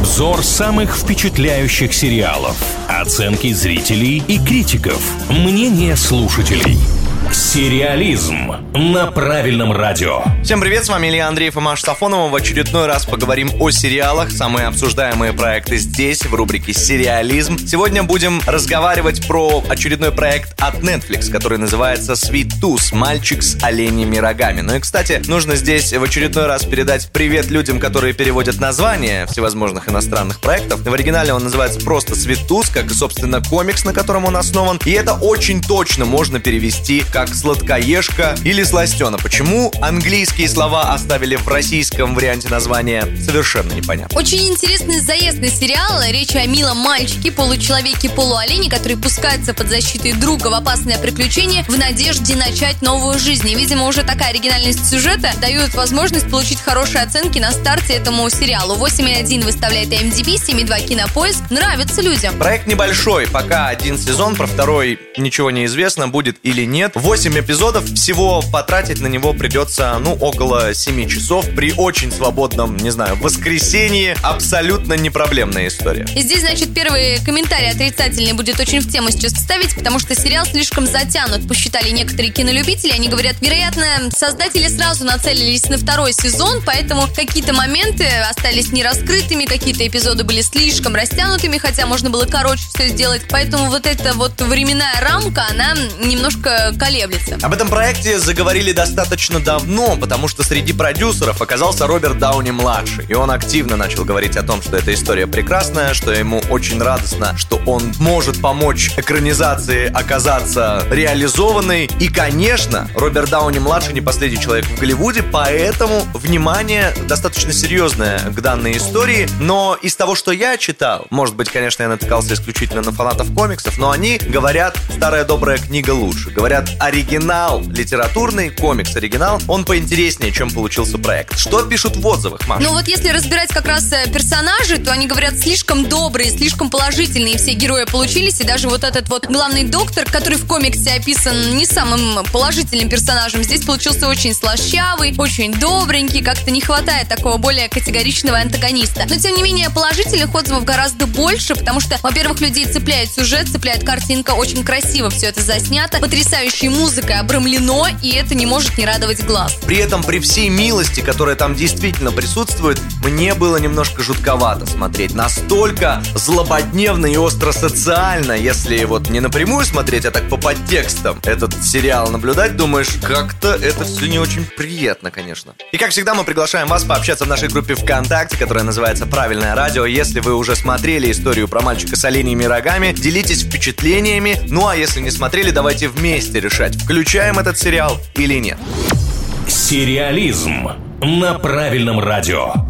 Обзор самых впечатляющих сериалов. Оценки зрителей и критиков. Мнение слушателей. Сериализм на правильном радио. Всем привет, с вами Илья Андреев и Маша Сафонова. В очередной раз поговорим о сериалах. Самые обсуждаемые проекты здесь, в рубрике «Сериализм». Сегодня будем разговаривать про очередной проект от Netflix, который называется «Sweet Tooth. Мальчик с оленьими рогами». Ну и, кстати, нужно здесь в очередной раз передать привет людям, которые переводят названия всевозможных иностранных проектов. В оригинале он называется просто «Sweet Tooth», как и, собственно, комикс, на котором он основан. И это очень точно можно перевести как «сладкоежка» или «сластена». Почему английские слова оставили в российском варианте названия, совершенно непонятно. Очень интересный заездный сериал. Речь о милом мальчике, получеловеке, полуолене, который пускается под защитой друга в опасное приключение в надежде начать новую жизнь. И, видимо, уже такая оригинальность сюжета дает возможность получить хорошие оценки на старте этому сериалу. 8,1 выставляет IMDb, 7,2 Кинопоиск. Нравится людям. Проект небольшой, пока один сезон, про второй ничего не известно, будет или нет. 8 эпизодов, всего потратить на него придется, около 7 часов при очень свободном, воскресенье. Абсолютно непроблемная история. И здесь, первый комментарий отрицательный будет очень в тему сейчас ставить, потому что сериал слишком затянут, посчитали некоторые кинолюбители. Они говорят, вероятно, создатели сразу нацелились на второй сезон, поэтому какие-то моменты остались нераскрытыми, какие-то эпизоды были слишком растянутыми, хотя можно было короче все сделать. Поэтому вот эта временная рамка, она немножко колеблется. Об этом проекте заговорили достаточно давно, потому что среди продюсеров оказался Роберт Дауни-младший. И он активно начал говорить о том, что эта история прекрасная, что ему очень радостно, что он может помочь экранизации оказаться реализованной. И, конечно, Роберт Дауни-младший не последний человек в Голливуде, поэтому внимание достаточно серьезное к данной истории. Но из того, что я читал, может быть, конечно, я натыкался исключительно на фанатов комиксов, но они говорят, старая добрая книга лучше. Говорят, оригинал литературный, комикс-оригинал, он поинтереснее, чем получился проект. Что пишут в отзывах, Маша? Если разбирать как раз персонажей, то они говорят, слишком добрые, слишком положительные все герои получились, и даже этот главный доктор, который в комиксе описан не самым положительным персонажем, здесь получился очень слащавый, очень добренький, как-то не хватает такого более категоричного антагониста. Но, тем не менее, положительных отзывов гораздо больше, потому что, во-первых, людей цепляет сюжет, цепляет картинка, очень красиво все это заснято, потрясающей музыкой обрамлено, и это не может не радовать глаз. При этом, при всей милости, которая там действительно присутствует, мне было немножко жутковато смотреть. Настолько злободневно и остросоциально, если не напрямую смотреть, а так по подтекстам этот сериал наблюдать, думаешь, как-то это все не очень приятно, конечно. И, как всегда, мы приглашаем вас пообщаться в нашей группе ВКонтакте, которая называется «Правильное радио». Если вы уже смотрели историю про мальчика с оленьими рогами, делитесь впечатлениями. А если не смотрели, давайте вместе решать, включаем этот сериал или нет. Сериализм на правильном радио.